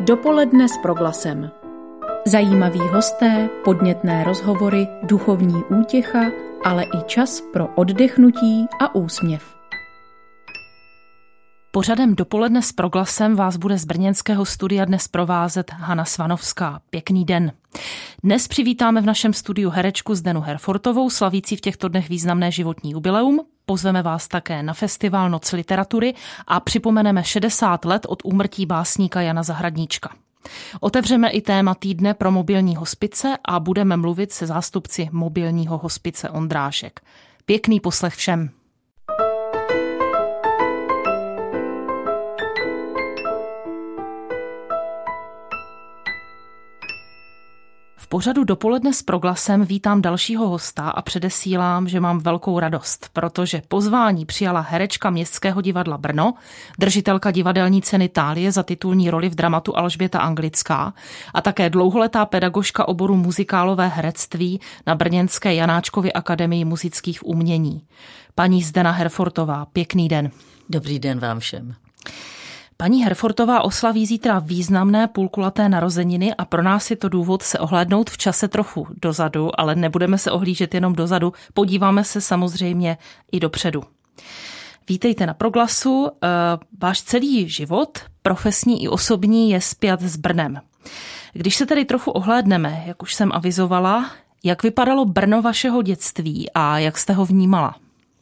Dopoledne s Proglasem. Zajímaví hosté, podnětné rozhovory, duchovní útěcha, ale i čas pro oddechnutí a úsměv. Pořadem Dopoledne s Proglasem vás bude z brněnského studia dnes provázet Hana Svanovská. Pěkný den. Dnes přivítáme v našem studiu herečku Zdenu Herfortovou, slavící v těchto dnech významné životní jubileum. Pozveme vás také na festival Noc literatury a připomeneme 60 let od úmrtí básníka Jana Zahradníčka. Otevřeme i téma týdne pro mobilní hospice a budeme mluvit se zástupci mobilního hospice Ondrášek. Pěkný poslech všem. V pořadu Dopoledne s Proglasem vítám dalšího hosta a předesílám, že mám velkou radost, protože pozvání přijala herečka Městského divadla Brno, držitelka divadelní ceny Thálie za titulní roli v dramatu Alžběta Anglická a také dlouholetá pedagožka oboru muzikálové herectví na brněnské Janáčkově akademii muzických umění. Paní Zdena Herfortová, pěkný den. Dobrý den vám všem. Paní Herfortová oslaví zítra významné půlkulaté narozeniny a pro nás je to důvod se ohlédnout v čase trochu dozadu, ale nebudeme se ohlížet jenom dozadu, podíváme se samozřejmě i dopředu. Vítejte na Proglasu. Váš celý život, profesní i osobní, je spjat s Brnem. Když se tedy trochu ohlédneme, jak už jsem avizovala, jak vypadalo Brno vašeho dětství a jak jste ho vnímala?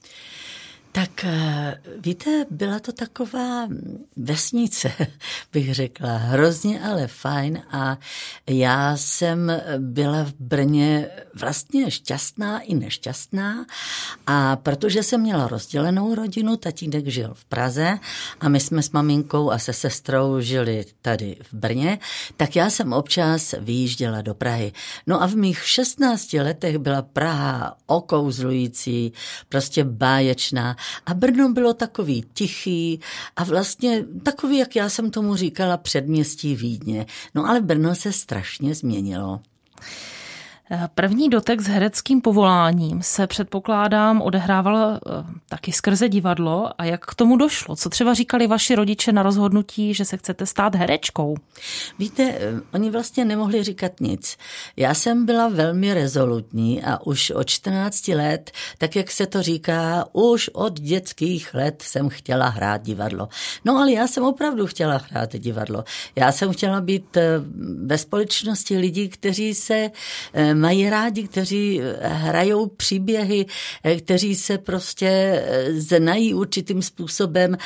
Tak víte, byla to taková vesnice, bych řekla, hrozně, ale fajn a já jsem byla v Brně vlastně šťastná i nešťastná a protože jsem měla rozdělenou rodinu, tatínek žil v Praze a my jsme s maminkou a se sestrou žili tady v Brně, tak já jsem občas vyjížděla do Prahy. No a v mých 16 letech byla Praha okouzlující, prostě báječná. A Brno bylo takový tichý a vlastně takový, jak já jsem tomu říkala, předměstí Vídně. No ale Brno se strašně změnilo. První dotek s hereckým povoláním se, předpokládám, odehrával taky skrze divadlo. A jak k tomu došlo? Co třeba říkali vaši rodiče na rozhodnutí, že se chcete stát herečkou? Víte, oni vlastně nemohli říkat nic. Já jsem byla velmi rezolutní a už od 14 let, tak jak se to říká, už od dětských let jsem chtěla hrát divadlo. No ale já jsem opravdu chtěla hrát divadlo. Já jsem chtěla být ve společnosti lidí, kteří se mají rádi, kteří hrajou příběhy, kteří se prostě znají určitým způsobem,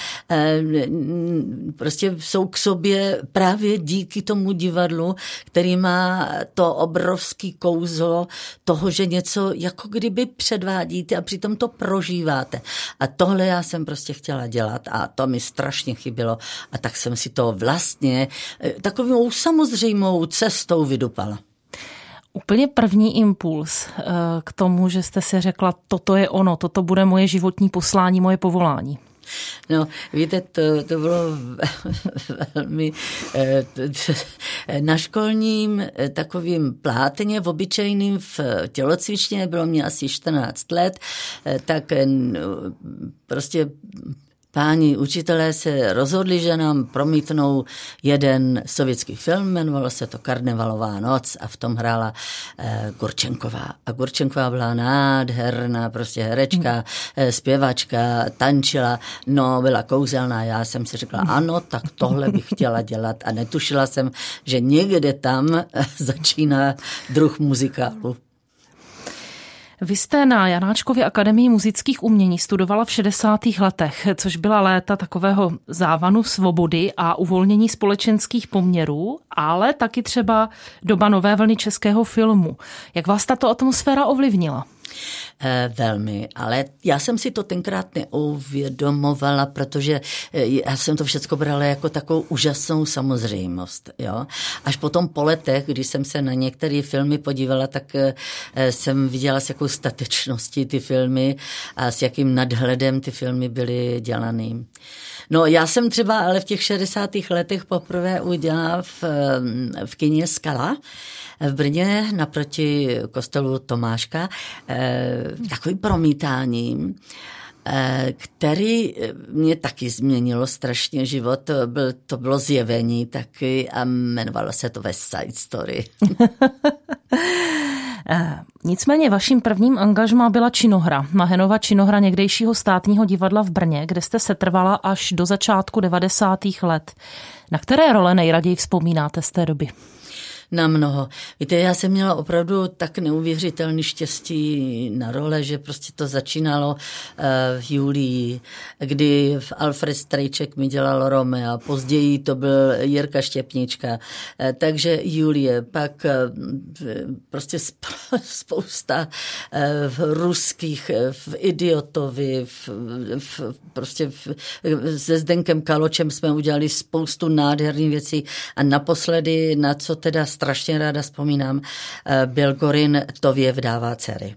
prostě jsou k sobě právě díky tomu divadlu, který má to obrovský kouzlo toho, že něco jako kdyby předvádíte a přitom to prožíváte. A tohle já jsem prostě chtěla dělat a to mi strašně chybělo a tak jsem si to vlastně takovou samozřejmou cestou vydupala. Úplně první impuls k tomu, že jste si řekla, toto je ono, toto bude moje životní poslání, moje povolání. No, víte, to bylo velmi na školním takovým plátně, v obyčejným v tělocvičně, bylo mě asi 14 let, tak prostě páni učitelé se rozhodli, že nám promítnou jeden sovětský film, jmenovalo se to Karnevalová noc a v tom hrála Gurčenková. A Gurčenková byla nádherná, prostě herečka, zpěvačka, tančila, no byla kouzelná. Já jsem si řekla, ano, tak tohle bych chtěla dělat a netušila jsem, že někde tam začíná druh muzikálu. Vy jste na Janáčkově akademii muzických umění studovala v 60. letech, což byla léta takového závanu svobody a uvolnění společenských poměrů, ale taky třeba doba nové vlny českého filmu. Jak vás tato atmosféra ovlivnila? Velmi, ale já jsem si to tenkrát neuvědomovala, protože já jsem to všecko brala jako takovou úžasnou samozřejmost. Jo? Až potom po letech, když jsem se na některé filmy podívala, tak jsem viděla, s jakou statečností ty filmy a s jakým nadhledem ty filmy byly dělaný. No já jsem třeba ale v těch 60. letech poprvé udělala v kině Skala v Brně naproti kostelu Tomáška takový promítání který mě taky změnilo strašně život. To bylo Zjevení taky a jmenovalo se to West Side Story. Nicméně vaším prvním angažmá byla činohra. Mahenova činohra někdejšího Státního divadla v Brně, kde jste setrvala až do začátku 90. let. Na které role nejraději vzpomínáte z té doby? Na mnoho. Víte, já jsem měla opravdu tak neuvěřitelný štěstí na role, že prostě to začínalo v Julii, kdy Alfred Strejček mi dělal Romea, později to byl Jirka Štěpnička, takže Julie, pak prostě spousta v ruských, v Idiotovi, prostě se Zdenkem Kaločem jsme udělali spoustu nádherných věcí a naposledy, na co teda strašně ráda vzpomínám, byl Gorin Tově vdává dcery.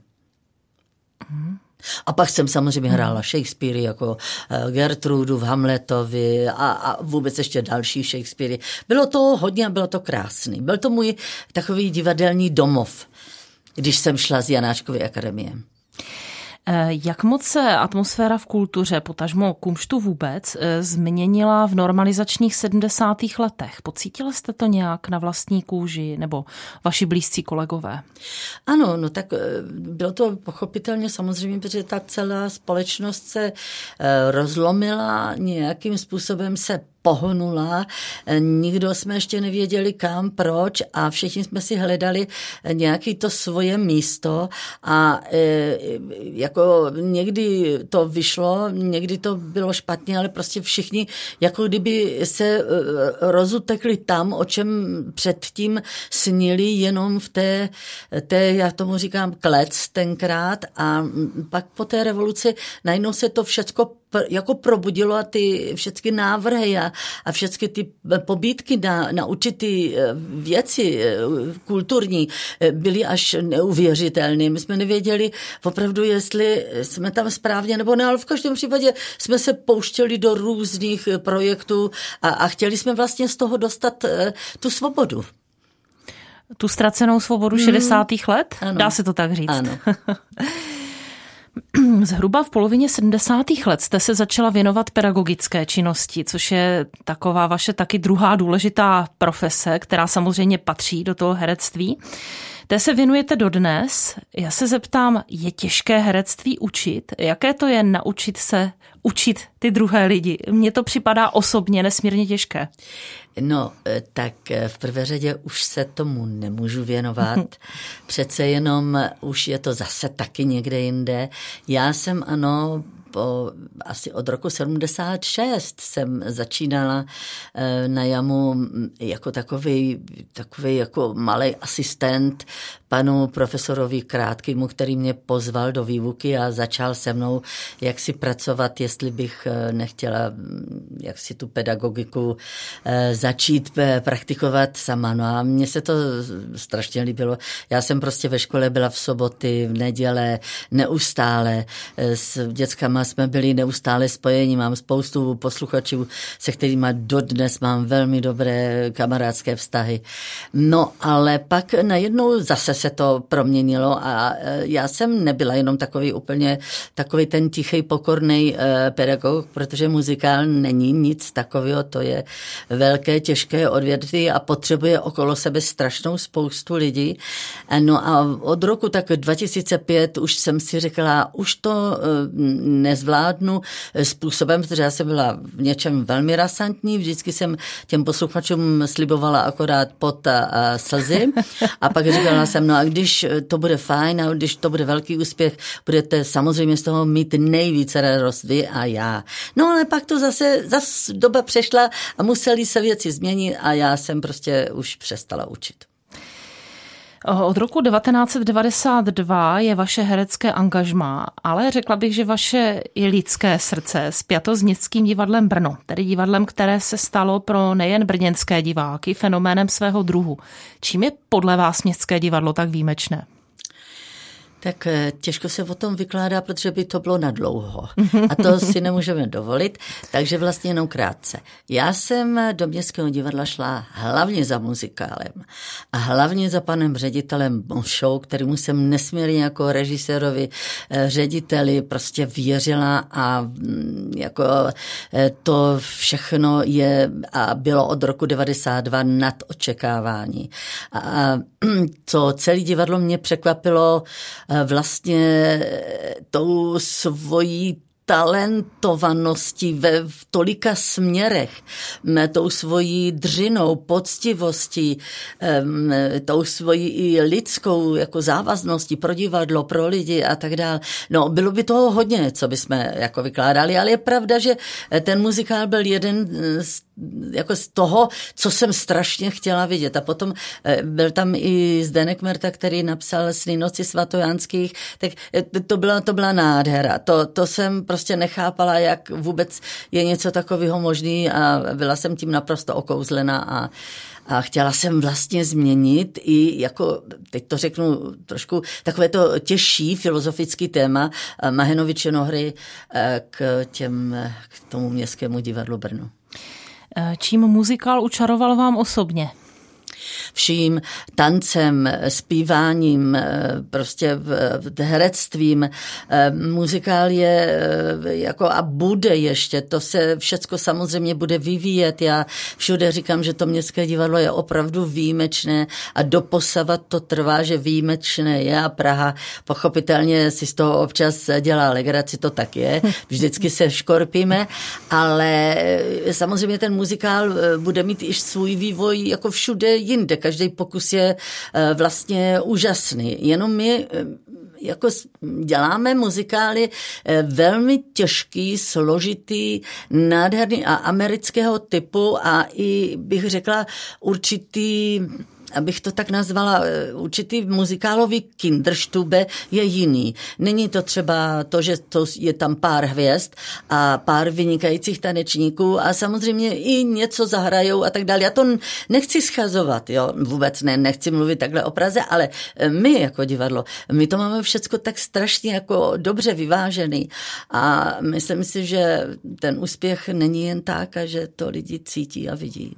A pak jsem samozřejmě hrála Shakespeare jako Gertrudu v Hamletovi a vůbec ještě další Shakespeare. Bylo to hodně a bylo to krásný. Byl to můj takový divadelní domov, když jsem šla z Janáčkovy akademie. Jak moc se atmosféra v kultuře, potažmo kumštu vůbec, změnila v normalizačních 70. letech? Pocítila jste to nějak na vlastní kůži nebo vaši blízcí kolegové? Ano, no tak bylo to pochopitelně samozřejmě, protože ta celá společnost se rozlomila, nějakým způsobem se pohnula, nikdo jsme ještě nevěděli kam, proč a všichni jsme si hledali nějaké to svoje místo a jako někdy to vyšlo, někdy to bylo špatně, ale prostě všichni jako kdyby se rozutekli tam, o čem předtím snili jenom v té já tomu říkám klec tenkrát a pak po té revoluci najednou se to všecko jako probudilo a ty všechny návrhy a všechny ty pobídky na určitý věci kulturní byly až neuvěřitelné. My jsme nevěděli opravdu, jestli jsme tam správně nebo ne, ale v každém případě jsme se pouštěli do různých projektů a chtěli jsme vlastně z toho dostat tu svobodu. Tu ztracenou svobodu 60. let? Ano. Dá se to tak říct? Ano. Zhruba v polovině 70. let jste se začala věnovat pedagogické činnosti, což je taková vaše taky druhá důležitá profese, která samozřejmě patří do toho herectví. Té se věnujete dodnes. Já se zeptám, je těžké herectví učit? Jaké to je naučit se učit ty druhé lidi? Mně to připadá osobně nesmírně těžké. No, tak v prvé řadě už se tomu nemůžu věnovat. Přece jenom už je to zase taky někde jinde. Já jsem, ano, asi od roku 76 jsem začínala na Jamu jako takový jako malý asistent panu profesorovi Krátkému, který mě pozval do výuky a začal se mnou jak si pracovat, jestli bych nechtěla jak si tu pedagogiku začít praktikovat sama. No a mně se to strašně líbilo. Já jsem prostě ve škole byla v soboty, v neděle, neustále. S dětskama jsme byli neustále spojeni. Mám spoustu posluchačů, se kterými dodnes mám velmi dobré kamarádské vztahy. No ale pak najednou zase se to proměnilo a já jsem nebyla jenom takový ten tichý, pokorný pedagog, protože muzikál není nic takového, to je velké, těžké odvětví a potřebuje okolo sebe strašnou spoustu lidí. No a od roku tak 2005 už jsem si řekla, už to nezvládnu způsobem, protože já jsem byla v něčem velmi rasantní, vždycky jsem těm posluchačům slibovala akorát pot a slzy a pak říkala jsem, no a když to bude fajn a když to bude velký úspěch, budete samozřejmě z toho mít nejvíce radost vy a já. No ale pak to zase doba přešla a museli se věci změnit a já jsem prostě už přestala učit. Od roku 1992 je vaše herecké angažmá, ale řekla bych, že vaše i lidské srdce spjato s Městským divadlem Brno, tedy divadlem, které se stalo pro nejen brněnské diváky fenoménem svého druhu. Čím je podle vás Městské divadlo tak výjimečné? Tak těžko se o tom vykládá, protože by to bylo nadlouho. A to si nemůžeme dovolit, takže vlastně jenom krátce. Já jsem do Městského divadla šla hlavně za muzikálem a hlavně za panem ředitelem Mošou, kterému jsem nesmírně jako režisérovi, řediteli prostě věřila a jako to všechno je a bylo od roku 92 nad očekávání. A co celé divadlo mě překvapilo vlastně tou svojí talentovaností v tolika směrech, tou svojí dřinou, poctivostí, tou svojí i lidskou jako závazností pro divadlo, pro lidi a tak dále. No, bylo by toho hodně, co bychom jako vykládali, ale je pravda, že ten muzikál byl jeden z toho, co jsem strašně chtěla vidět. A potom byl tam i Zdeněk Merta, který napsal Sny noci svatojánských, tak to byla nádhera. To jsem prostě nechápala, jak vůbec je něco takového možný a byla jsem tím naprosto okouzlena a chtěla jsem vlastně změnit i jako, teď to řeknu trošku, takové to těžší filozofický téma Mahenovy činohry k tomu Městskému divadlu Brno. Čím muzikál učaroval vám osobně? Vším tancem, zpíváním, prostě herectvím. Muzikál je jako a bude ještě, to se všecko samozřejmě bude vyvíjet. Já všude říkám, že to Městské divadlo je opravdu výjimečné a doposavat to trvá, že výjimečné je a Praha pochopitelně si z toho občas dělá legraci, to tak je. Vždycky se škorpíme, ale samozřejmě ten muzikál bude mít i svůj vývoj jako všude jinde. Každý pokus je vlastně úžasný. Jenom my jako děláme muzikály velmi těžký, složitý, nádherný a amerického typu a i bych řekla určitý, abych to tak nazvala, určitý muzikálový Kinderstube je jiný. Není to třeba to, že to je tam pár hvězd a pár vynikajících tanečníků a samozřejmě i něco zahrajou a tak dále. Já to nechci schazovat, jo, vůbec nechci mluvit takhle o Praze, ale my jako divadlo, my to máme všecko tak strašně jako dobře vyvážený a myslím si, že ten úspěch není jen tak a že to lidi cítí a vidí.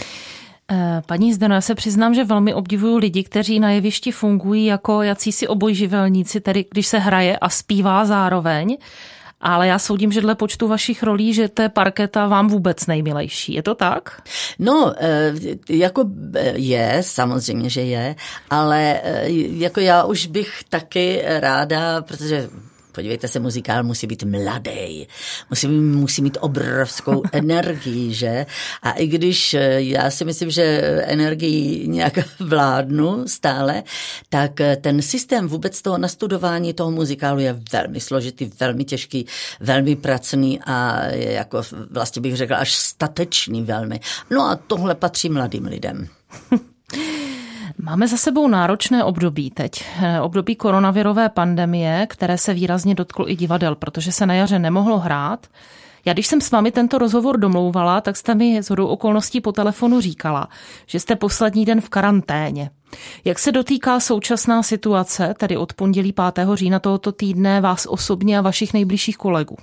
Paní Zdeno, já se přiznám, že velmi obdivuju lidi, kteří na jevišti fungují jako jacísi obojživelníci, tedy když se hraje a zpívá zároveň, ale já soudím, že dle počtu vašich rolí, že to je parketa vám vůbec nejmilejší. Je to tak? No, jako je, samozřejmě, že je, ale jako já už bych taky ráda, protože podívejte se, muzikál musí být mladý, musí mít obrovskou energii, že? A i když já si myslím, že energii nějak vládnu stále, tak ten systém vůbec toho nastudování toho muzikálu je velmi složitý, velmi těžký, velmi pracný a jako vlastně bych řekla až statečný velmi. No a tohle patří mladým lidem. Máme za sebou náročné období teď. Období koronavirové pandemie, které se výrazně dotklo i divadel, protože se na jaře nemohlo hrát. Já když jsem s vámi tento rozhovor domlouvala, tak jste mi shodou okolností po telefonu říkala, že jste poslední den v karanténě. Jak se dotýká současná situace, tedy od pondělí 5. října tohoto týdne, vás osobně a vašich nejbližších kolegů?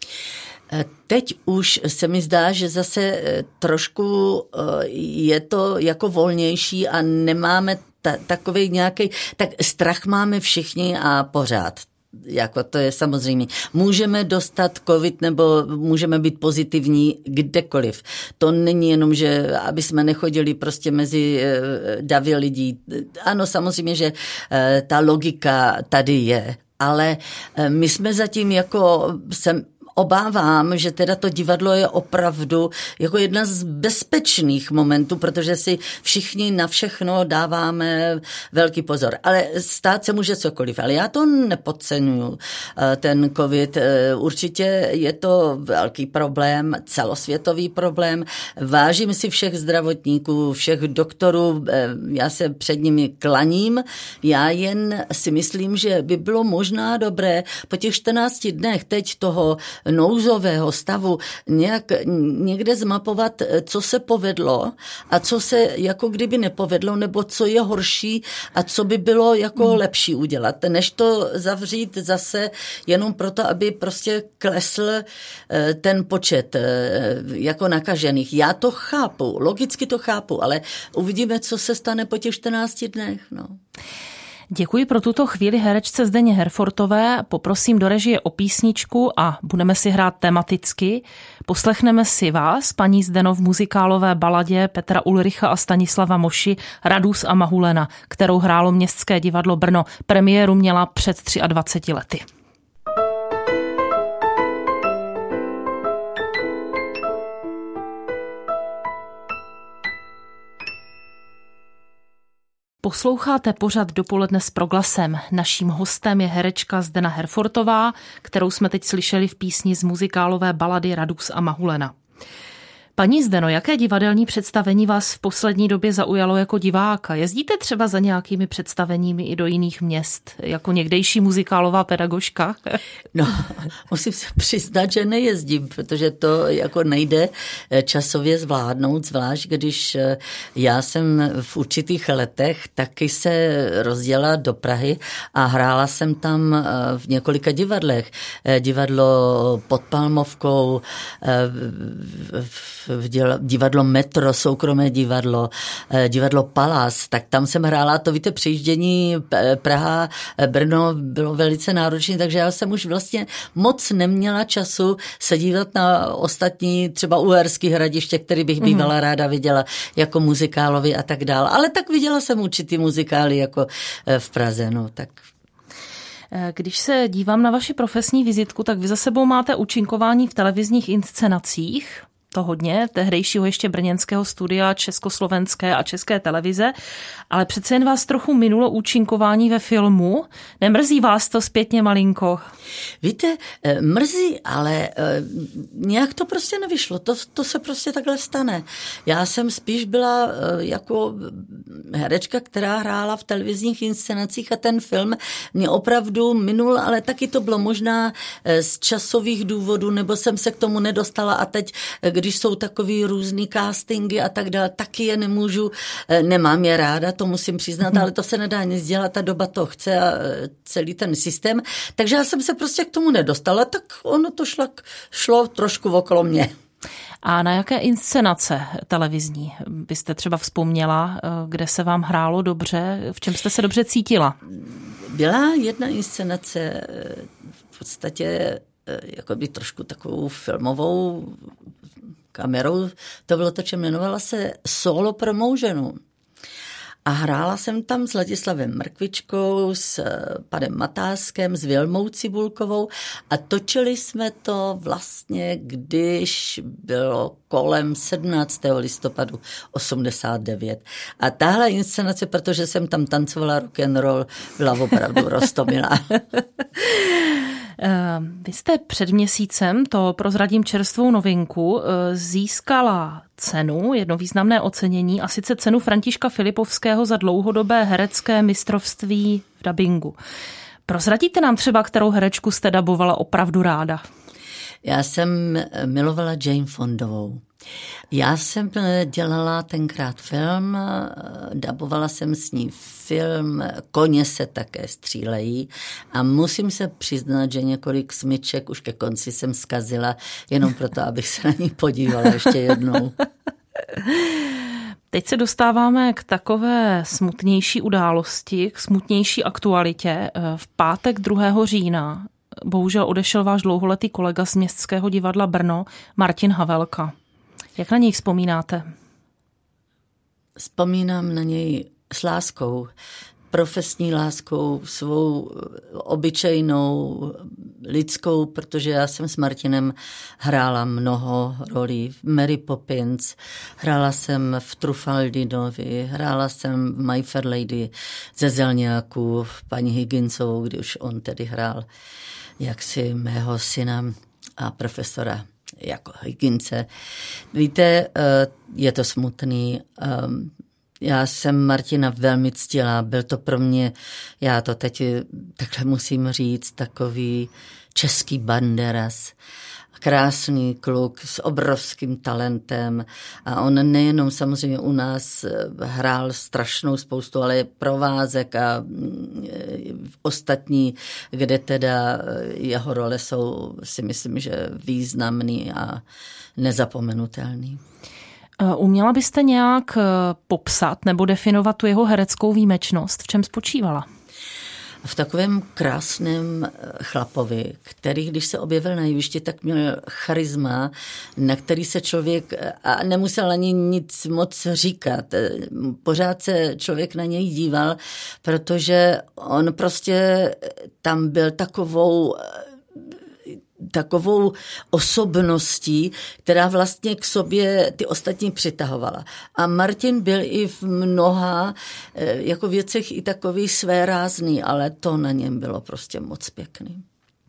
Teď už se mi zdá, že zase trošku je to jako volnější a nemáme takový nějaký, tak strach máme všichni a pořád. Jako to je samozřejmě. Můžeme dostat covid nebo můžeme být pozitivní kdekoliv. To není jenom, že aby jsme nechodili prostě mezi davy lidí. Ano, samozřejmě, že ta logika tady je, ale my jsme zatím jako obávám, že teda to divadlo je opravdu jako jedna z bezpečných momentů, protože si všichni na všechno dáváme velký pozor. Ale stát se může cokoliv, ale já to nepodceňuju, ten covid. Určitě je to velký problém, celosvětový problém. Vážím si všech zdravotníků, všech doktorů, já se před nimi klaním. Já jen si myslím, že by bylo možná dobré po těch 14 dnech teď toho nouzového stavu někde zmapovat, co se povedlo a co se jako kdyby nepovedlo, nebo co je horší a co by bylo jako lepší udělat, než to zavřít zase jenom proto, aby prostě klesl ten počet jako nakažených. Já to chápu, logicky to chápu, ale uvidíme, co se stane po těch 14 dnech. No. Děkuji pro tuto chvíli herečce Zdeně Herfortové. Poprosím do režie o písničku a budeme si hrát tematicky. Poslechneme si vás, paní Zdeno, v muzikálové baladě Petra Ulricha a Stanislava Moši Radus a Mahulena, kterou hrálo Městské divadlo Brno. Premiéru měla před 23 lety. Posloucháte pořad Dopoledne s Proglasem. Naším hostem je herečka Zdena Herfortová, kterou jsme teď slyšeli v písni z muzikálové balady Radus a Mahulena. Paní Zdeno, jaké divadelní představení vás v poslední době zaujalo jako diváka? Jezdíte třeba za nějakými představeními i do jiných měst, jako někdejší muzikálová pedagožka? No, musím se přiznat, že nejezdím, protože to jako nejde časově zvládnout, zvlášť když já jsem v určitých letech taky se rozjela do Prahy a hrála jsem tam v několika divadlech. Divadlo pod Palmovkou, divadlo Metro, soukromé divadlo, divadlo Palás, tak tam jsem hrála, to víte, přejíždění Praha, Brno bylo velice náročné, takže já jsem už vlastně moc neměla času se dívat na ostatní, třeba Uherský Hradiště, který bych bývala ráda viděla jako muzikálovi a tak dále. Ale tak viděla jsem určitý muzikály jako v Praze, no tak. Když se dívám na vaši profesní vizitku, tak vy za sebou máte účinkování v televizních inscenacích, to hodně, tehdejšího ještě brněnského studia Československé a České televize, ale přece jen vás trochu minulo účinkování ve filmu. Nemrzí vás to zpětně malinko? Víte, mrzí, ale nějak to prostě nevyšlo. To se prostě takhle stane. Já jsem spíš byla jako herečka, která hrála v televizních inscenacích a ten film mě opravdu minul, ale taky to bylo možná z časových důvodů, nebo jsem se k tomu nedostala a teď, když jsou takový různý castingy a tak dále, taky je nemůžu, nemám je ráda, to musím přiznat, ale to se nedá nic dělat, ta doba to chce a celý ten systém, takže já jsem se prostě k tomu nedostala, tak ono to šlo trošku okolo mě. A na jaké inscenace televizní byste třeba vzpomněla, kde se vám hrálo dobře, v čem jste se dobře cítila? Byla jedna inscenace v podstatě jakoby trošku takovou filmovou kamerou, to bylo to, čem jmenovala se Solo pro mou ženu. A hrála jsem tam s Ladislavem Mrkvičkou, s panem Matáskem, s Vilmou Cibulkovou a točili jsme to vlastně, když bylo kolem 17. listopadu 89. A tahle inscenace, protože jsem tam tancovala rock and roll, byla opravdu roztomilá. Vy jste před měsícem, to prozradím čerstvou novinku, získala cenu, jedno významné ocenění, a sice cenu Františka Filipovského za dlouhodobé herecké mistrovství v dabingu. Prozradíte nám třeba, kterou herečku jste dabovala opravdu ráda? Já jsem milovala Jane Fondovou. Já jsem dělala tenkrát film, dabovala jsem s ní film Koně se také střílejí a musím se přiznat, že několik smyček už ke konci jsem zkazila, jenom proto, abych se na ní podívala ještě jednou. Teď se dostáváme k takové smutnější události, k smutnější aktualitě. V pátek 2. října bohužel odešel váš dlouholetý kolega z Městského divadla Brno, Martin Havelka. Jak na něj vzpomínáte? Vzpomínám na něj s láskou, profesní láskou, svou obyčejnou, lidskou, protože já jsem s Martinem hrála mnoho rolí. V Mary Poppins, hrála jsem v Trufaldinovi, hrála jsem v My Fair Lady ze Zelňáků, paní Higginsovou, kdy už on tedy hrál jaksi mého syna a profesora jako Higginse. Víte, je to smutný. Já jsem Martina velmi ctila, byl to pro mě, já to teď takhle musím říct, takový český Banderas. Krásný kluk s obrovským talentem a on nejenom samozřejmě u nás hrál strašnou spoustu, ale provázek a ostatní, kde teda jeho role jsou, si myslím, že významný a nezapomenutelný. Uměla byste nějak popsat nebo definovat tu jeho hereckou výjimečnost? V čem spočívala? V takovém krásném chlapovi, který, když se objevil na jevišti, tak měl charisma, na který se člověk, a nemusel ani nic moc říkat, pořád se člověk na něj díval, protože on prostě tam byl takovou osobností, která vlastně k sobě ty ostatní přitahovala. A Martin byl i v mnoha jako věcech i takový svérázný, ale to na něm bylo prostě moc pěkný.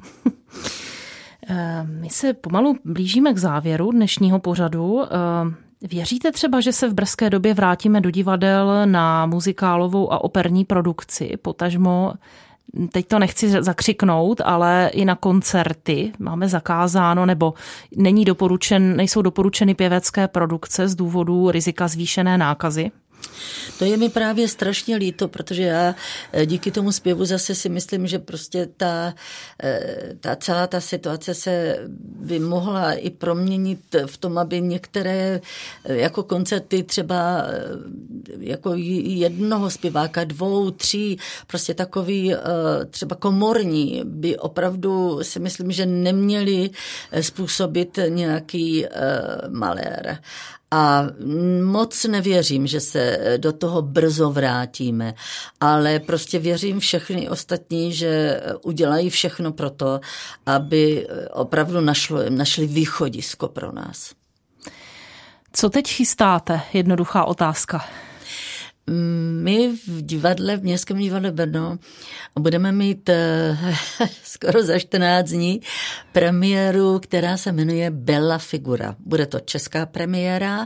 My se pomalu blížíme k závěru dnešního pořadu. Věříte třeba, že se v brzké době vrátíme do divadel na muzikálovou a operní produkci, potažmo, teď to nechci zakřiknout, ale i na koncerty máme zakázáno, nebo nejsou doporučeny pěvecké produkce z důvodu rizika zvýšené nákazy? To je mi právě strašně líto, protože já díky tomu zpěvu zase si myslím, že prostě celá ta situace se by mohla i proměnit v tom, aby některé jako koncerty třeba jako jednoho zpěváka, 2, 3, prostě takový třeba komorní by opravdu si myslím, že neměli způsobit nějaký malér. A moc nevěřím, že se do toho brzo vrátíme, ale prostě věřím všechny ostatní, že udělají všechno pro to, aby opravdu našli východisko pro nás. Co teď chystáte? Jednoduchá otázka. My v Městském divadle Brno budeme mít skoro za 14 dní premiéru, která se jmenuje Bella Figura. Bude to česká premiéra,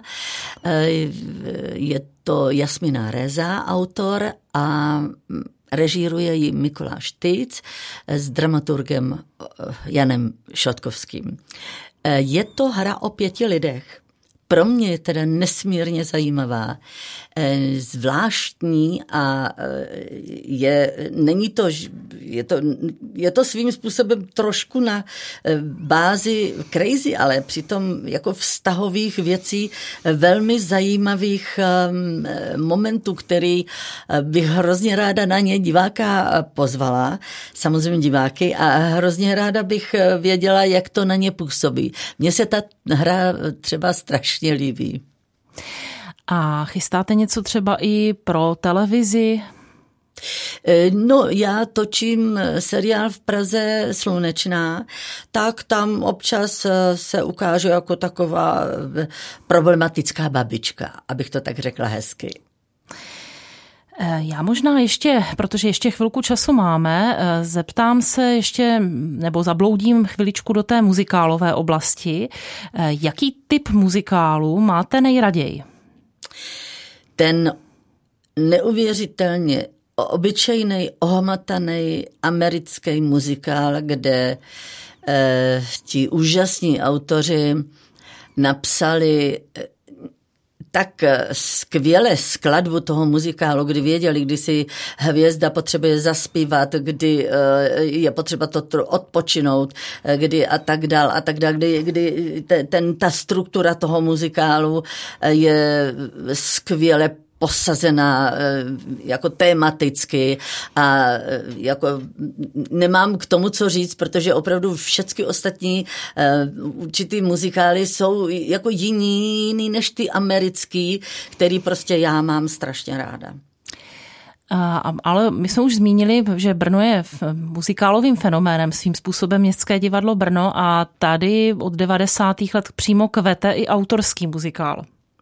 je to Jasmina Reza, autor, a režíruje ji Mikuláš Týc s dramaturgem Janem Šotkovským. Je to hra o 5 lidech. Pro mě je teda nesmírně zajímavá, zvláštní a je to svým způsobem trošku na bázi crazy, ale přitom jako vztahových věcí, velmi zajímavých momentů, který bych hrozně ráda na ně diváka pozvala, samozřejmě diváky, a hrozně ráda bych věděla, jak to na ně působí. Mně se ta hra třeba strašně líbí. A chystáte něco třeba i pro televizi? No, já točím seriál v Praze Slunečná, tak tam občas se ukážu jako taková problematická babička, abych to tak řekla hezky. Já možná ještě, protože ještě chvilku času máme, zeptám se ještě, nebo zabloudím chviličku do té muzikálové oblasti. Jaký typ muzikálu máte nejraději? Ten neuvěřitelně obyčejný, ohmataný americký muzikál, kde ti úžasní autoři napsali tak skvěle skladbu toho muzikálu, kdy věděli, kdy si hvězda potřebuje zaspívat, kdy je potřeba to odpočinout, kdy a tak dál, kdy ta struktura toho muzikálu je skvěle posazená jako tematicky a jako nemám k tomu co říct, protože opravdu všechny ostatní určitý muzikály jsou jako jiný než ty americký, který prostě já mám strašně ráda. Ale my jsme už zmínili, že Brno je muzikálovým fenoménem, svým způsobem Městské divadlo Brno, a tady od 90. let přímo kvete i autorský muzikál.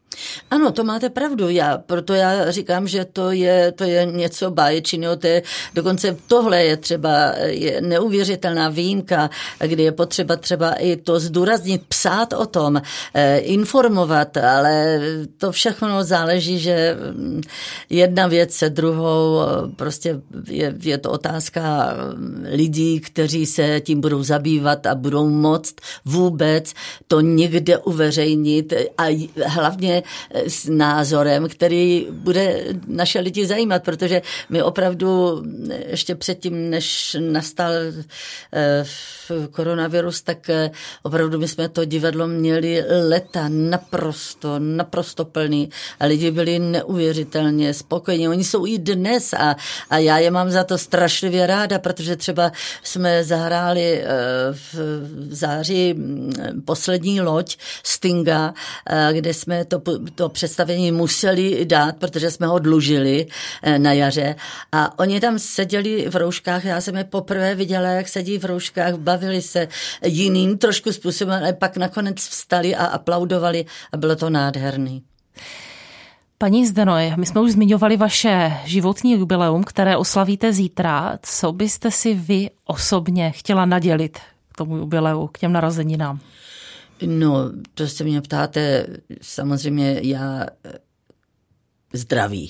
Ano, to máte pravdu. Proto já říkám, že to je něco báječného. Dokonce tohle je neuvěřitelná výjimka, kdy je potřeba třeba i to zdůraznit, psát o tom, informovat, ale to všechno záleží, že jedna věc se druhou, prostě je to otázka lidí, kteří se tím budou zabývat a budou moct vůbec to někde uveřejnit a hlavně s názorem, který bude naše lidi zajímat, protože my opravdu ještě předtím, než nastal koronavirus, tak opravdu my jsme to divadlo měli leta naprosto plný a lidi byli neuvěřitelně spokojení. Oni jsou i dnes a já je mám za to strašlivě ráda, protože třeba jsme zahráli v září poslední loď Stinga, kde jsme to představení museli dát, protože jsme ho dlužili na jaře a oni tam seděli v rouškách, já jsem je poprvé viděla, jak sedí v rouškách, bavili se jiným trošku způsobem, ale pak nakonec vstali a aplaudovali a bylo to nádherný. Paní Zdenoj, my jsme už zmiňovali vaše životní jubileum, které oslavíte zítra. Co byste si vy osobně chtěla nadělit k tomu jubileu, k těm narozeninám? No, to se mě ptáte, samozřejmě já zdraví.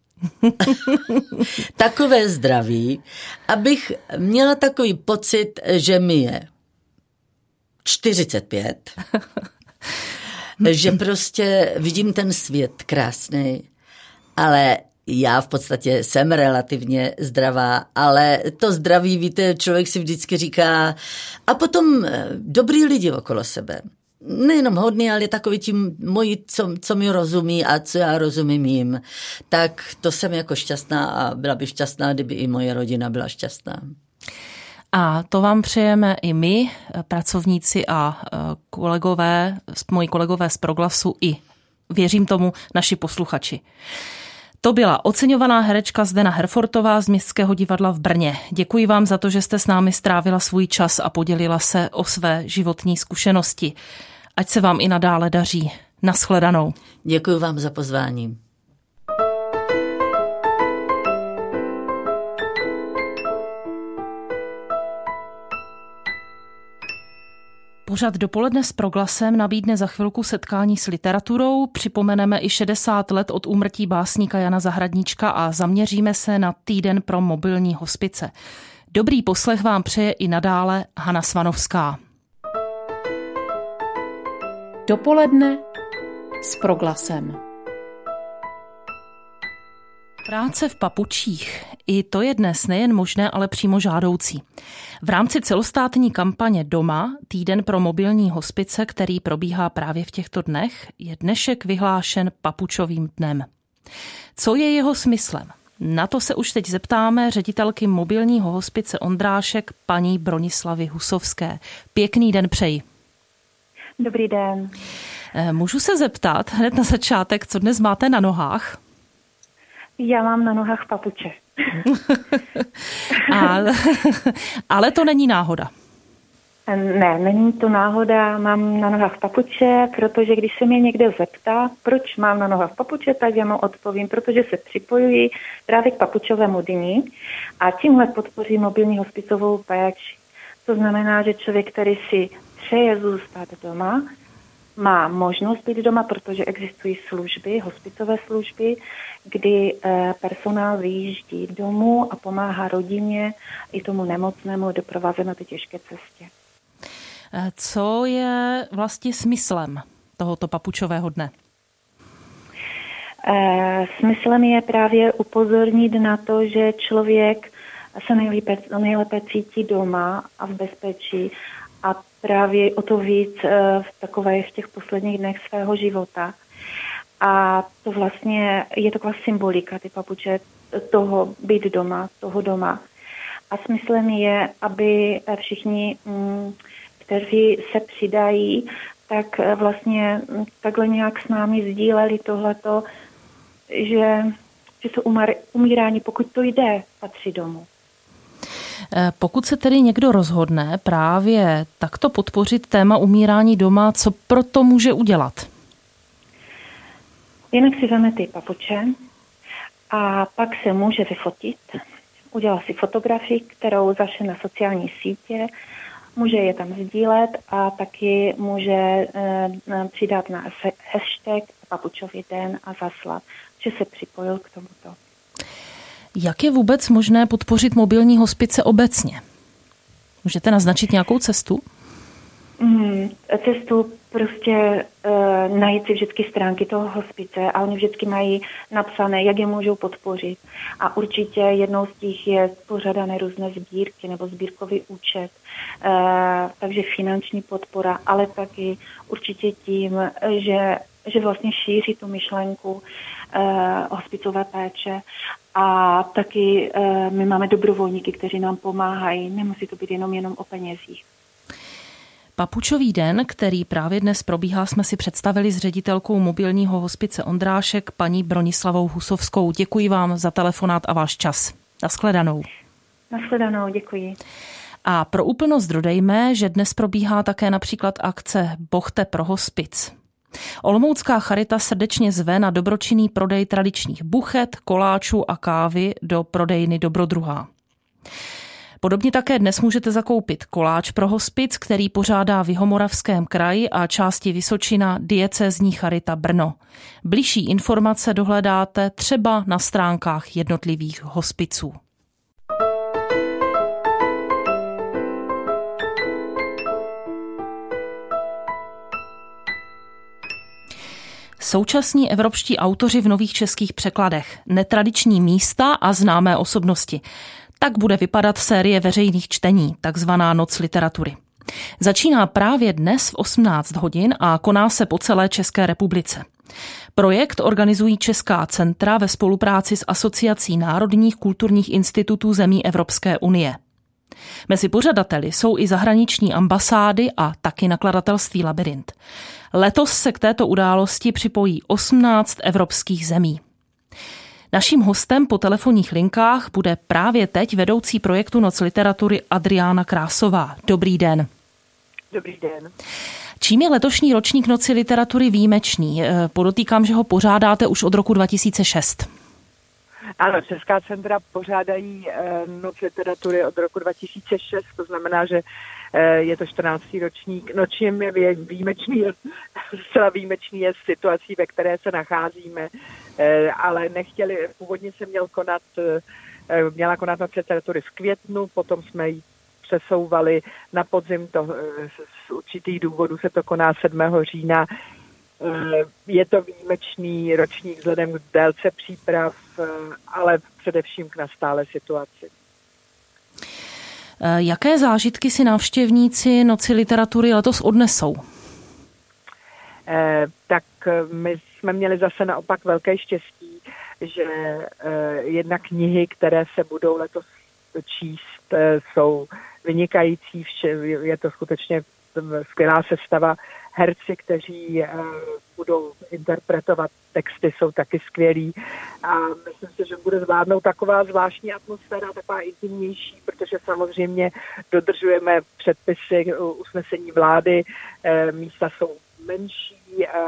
Takové zdraví, abych měla takový pocit, že mi je 45, že prostě vidím ten svět krásný, ale já v podstatě jsem relativně zdravá, ale to zdraví, víte, člověk si vždycky říká a potom dobrý lidi okolo sebe. Nejenom hodný, ale takový tím moji, co mi rozumí a co já rozumím jim. Tak to jsem jako šťastná a byla bych šťastná, kdyby i moje rodina byla šťastná. A to vám přejeme i my, pracovníci a moji kolegové z Proglasu i, věřím tomu, naši posluchači. To byla oceňovaná herečka Zdena Herfortová z Městského divadla v Brně. Děkuji vám za to, že jste s námi strávila svůj čas a podělila se o své životní zkušenosti. Ať se vám i nadále daří. Naschledanou. Děkuji vám za pozvání. Pořad Dopoledne s Proglasem nabídne za chvilku setkání s literaturou, připomeneme i 60 let od úmrtí básníka Jana Zahradníčka a zaměříme se na týden pro mobilní hospice. Dobrý poslech vám přeje i nadále Hana Svanovská. Dopoledne s Proglasem. Práce v papučích. I to je dnes nejen možné, ale přímo žádoucí. V rámci celostátní kampaně Doma, týden pro mobilní hospice, který probíhá právě v těchto dnech, je dnešek vyhlášen papučovým dnem. Co je jeho smyslem? Na to se už teď zeptáme ředitelky mobilního hospice Ondrášek, paní Bronislavy Husovské. Pěkný den přeji. Dobrý den. Můžu se zeptat hned na začátek, co dnes máte na nohách? Já mám na nohách papuče. Ale to není náhoda. Ne, není to náhoda, mám na nohách papuče, protože když se mě někdo zeptá, proč mám na nohách papuče, tak já mu odpovím, protože se připojuji právě k papučovému dni a tímhle podpoří mobilní hospicovou péči. To znamená, že člověk, který si přeje zůstat doma, má možnost být doma, protože existují služby, hospicové služby, kdy personál vyjíždí domů a pomáhá rodině i tomu nemocnému doprovázet na té těžké cestě. Co je vlastně smyslem tohoto papučového dne? Smyslem je právě upozornit na to, že člověk se nejlépe cítí doma a v bezpečí a právě o to víc v těch posledních dnech svého života. A to vlastně je taková symbolika, ty papuče, toho být doma, toho doma. A smyslem je, aby všichni, kteří se přidají, tak vlastně takhle nějak s námi sdíleli tohleto, že to umírání, pokud to jde, patří domů. Pokud se tedy někdo rozhodne právě takto podpořit téma umírání doma, co pro to může udělat? Jinak si veme ty papuče a pak se může vyfotit. Udělá si fotografii, kterou zašle na sociální sítě, může je tam sdílet a taky může přidat na hashtag Papučový den a zaslat, že se připojil k tomuto. Jak je vůbec možné podpořit mobilní hospice obecně? Můžete naznačit nějakou cestu? Cestu prostě najít si vždycky stránky toho hospice a oni vždycky mají napsané, jak je můžou podpořit. A určitě jednou z těch je pořádané různé sbírky nebo sbírkový účet, takže finanční podpora, ale taky určitě tím, že vlastně šíří tu myšlenku hospicové péče. A taky my máme dobrovolníky, kteří nám pomáhají. Nemusí to být jenom o penězích. Papučový den, který právě dnes probíhá, jsme si představili s ředitelkou mobilního hospice Ondrášek, paní Bronislavou Husovskou. Děkuji vám za telefonát a váš čas. Nashledanou. Nashledanou, děkuji. A pro úplnost dodejme, že dnes probíhá také například akce Bochte pro hospic. Olomoucká charita srdečně zve na dobročinný prodej tradičních buchet, koláčů a kávy do prodejny Dobrodruhá. Podobně také dnes můžete zakoupit koláč pro hospic, který pořádá v Jihomoravském kraji a části Vysočina diecézní charita Brno. Bližší informace dohledáte třeba na stránkách jednotlivých hospiců. Současní evropští autoři v nových českých překladech, netradiční místa a známé osobnosti. Tak bude vypadat série veřejných čtení, takzvaná Noc literatury. Začíná právě dnes v 18 hodin a koná se po celé České republice. Projekt organizují Česká centra ve spolupráci s Asociací národních kulturních institutů zemí Evropské unie. Mezi pořadateli jsou i zahraniční ambasády a taky nakladatelství Labyrint. Letos se k této události připojí 18 evropských zemí. Naším hostem po telefonních linkách bude právě teď vedoucí projektu Noc literatury Adriána Krásová. Dobrý den. Dobrý den. Čím je letošní ročník Noci literatury výjimečný? Podotýkám, že ho pořádáte už od roku 2006. Ano, Česká centra pořádají Noc literatury od roku 2006, to znamená, že je to 14. ročník. Čím je výjimečný, zcela výjimečný je situací, ve které se nacházíme, ale původně se měla konat Noc literatury v květnu, potom jsme ji přesouvali na podzim, z určitých důvodů se to koná 7. října. Je to výjimečný ročník vzhledem k délce příprav, ale především k nastalé situaci. Jaké zážitky si návštěvníci Noci literatury letos odnesou? Tak my jsme měli zase naopak velké štěstí, že jedna knihy, které se budou letos číst, jsou vynikající. Je to skutečně skvělá sestava. Herci, kteří budou interpretovat texty, jsou taky skvělí a myslím si, že bude zvládnout taková zvláštní atmosféra, taková intimnější, protože samozřejmě dodržujeme předpisy usnesení vlády, místa jsou menší,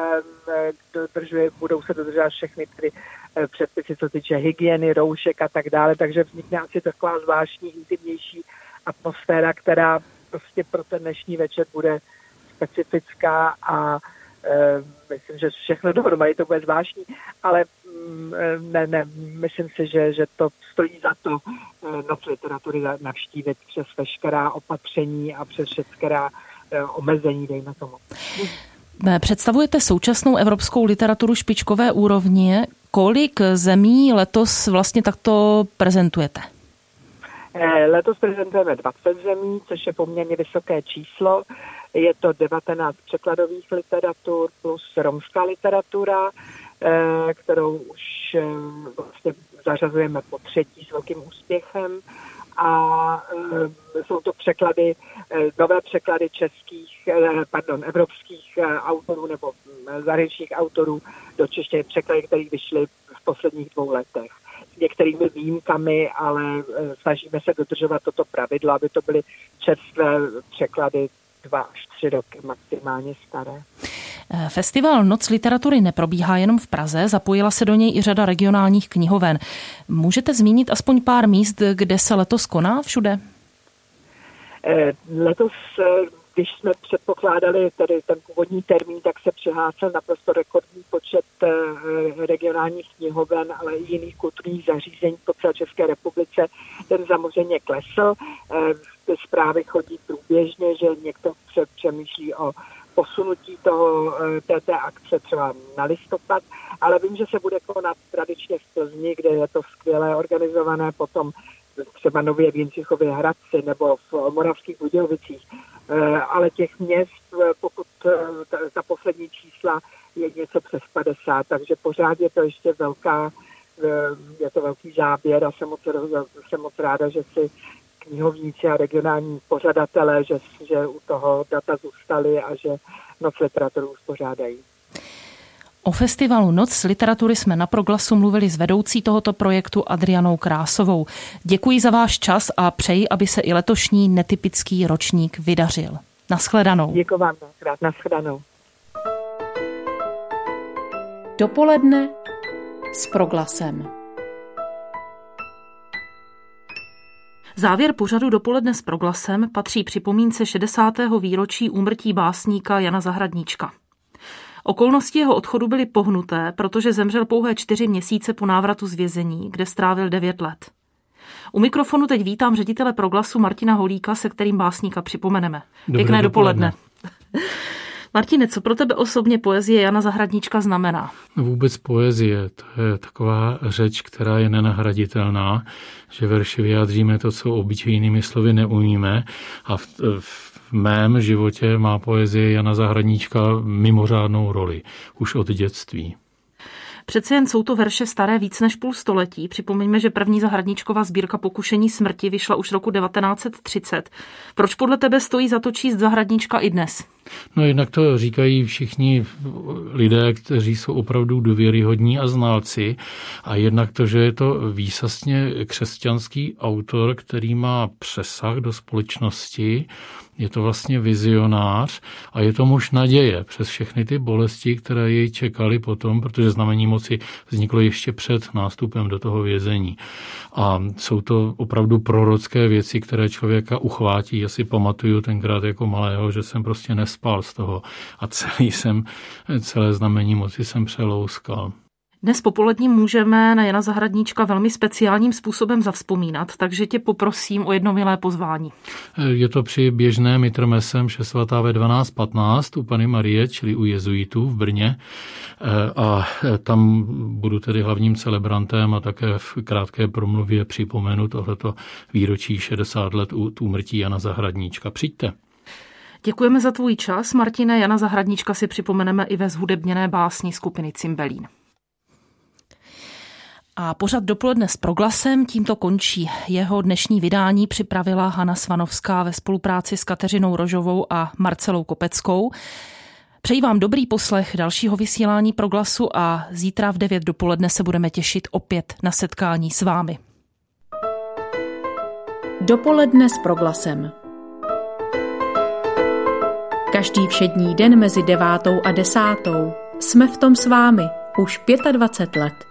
budou se dodržovat všechny předpisy, co týče hygieny, roušek a tak dále, takže vznikne asi taková zvláštní, intimnější atmosféra, která prostě pro ten dnešní večer bude specifická a myslím, že všechno dohromady to bude zvláštní, ale ne, myslím si, že to stojí za to Noc literatury navštívit přes veškerá opatření a přes veškerá omezení, dejme tomu. Představujete současnou evropskou literaturu špičkové úrovně. Kolik zemí letos vlastně takto prezentujete? Letos prezentujeme 20 zemí, což je poměrně vysoké číslo. Je to 19 překladových literatur plus romská literatura, kterou už vlastně zařazujeme po třetí s velkým úspěchem. A jsou to překlady, nové překlady evropských autorů nebo zahraničních autorů do češtiny, překlady, které vyšly v posledních 2 letech. S některými výjimkami, ale snažíme se dodržovat toto pravidlo, aby to byly čerstvé překlady 2 až 3 roky maximálně staré. Festival Noc literatury neprobíhá jenom v Praze, zapojila se do něj i řada regionálních knihoven. Můžete zmínit aspoň pár míst, kde se letos koná všude? Letos, když jsme předpokládali tady ten původní termín, tak se přihlásil naprosto rekordní počet regionálních knihoven, ale i jiných kulturních zařízení po celé České republice. Ten samozřejmě klesl. Zprávy chodí průběžně, že někdo přemýšlí o posunutí té akce třeba na listopad, ale vím, že se bude konat tradičně v Plzni, kde je to skvěle organizované, potom třeba nově v Jindřichově Hradci nebo v Moravských Budějovicích. Ale těch měst, pokud ta poslední čísla je něco přes 50, takže pořád je to ještě velký záběr a jsem moc ráda, že si knihovníci a regionální pořadatelé, že u toho data zůstali a že Noc literatury uspořádají. O festivalu Noc literatury jsme na Proglasu mluvili s vedoucí tohoto projektu Adrianou Krásovou. Děkuji za váš čas a přeji, aby se i letošní netypický ročník vydařil. Naschledanou. Děkuji vám, naschledanou. Dopoledne s Proglasem. Závěr pořadu Dopoledne s Proglasem patří připomínce 60. výročí úmrtí básníka Jana Zahradníčka. Okolnosti jeho odchodu byly pohnuté, protože zemřel pouhé 4 měsíce po návratu z vězení, kde strávil 9 let. U mikrofonu teď vítám ředitele Proglasu Martina Holíka, se kterým básníka připomeneme. Pěkné dopoledne. Martine, co pro tebe osobně poezie Jana Zahradníčka znamená? Vůbec poezie, to je taková řeč, která je nenahraditelná, že verši vyjádříme to, co obyčejnými slovy neumíme, a v mém životě má poezie Jana Zahradníčka mimořádnou roli, už od dětství. Přece jen jsou to verše staré víc než půl století. Připomeňme, že první Zahradníčkova sbírka Pokušení smrti vyšla už roku 1930. Proč podle tebe stojí za to číst Zahradníčka i dnes? No jednak to říkají všichni lidé, kteří jsou opravdu důvěryhodní a znalci, a jednak to, že je to výsostně křesťanský autor, který má přesah do společnosti, je to vlastně vizionář a je to muž naděje přes všechny ty bolesti, které jej čekaly potom, protože Znamení moci vzniklo ještě před nástupem do toho vězení. A jsou to opravdu prorocké věci, které člověka uchvátí. Já si pamatuju tenkrát jako malého, že jsem prostě nespal z toho a celé Znamení moci jsem přelouskal. Dnes popolední můžeme na Jana Zahradníčka velmi speciálním způsobem zavzpomínat, takže tě poprosím o jedno milé pozvání. Je to při běžném intermesem mše svatá ve 12:15 u Panny Marie, čili u jezuitů v Brně. A tam budu tedy hlavním celebrantem a také v krátké promluvě připomenu tohleto výročí 60 let úmrtí Jana Zahradníčka. Přijďte. Děkujeme za tvůj čas, Martine. Jana Zahradníčka si připomeneme i ve zhudebněné básni skupiny Cymbelín. A pořad Dopoledne s Proglasem tímto končí. Jeho dnešní vydání připravila Hana Svanovská ve spolupráci s Kateřinou Rožovou a Marcelou Kopeckou. Přeji vám dobrý poslech dalšího vysílání Proglasu a zítra v 9 dopoledne se budeme těšit opět na setkání s vámi. Dopoledne s Proglasem. Každý všední den mezi 9. a 10. Jsme v tom s vámi už 25 let.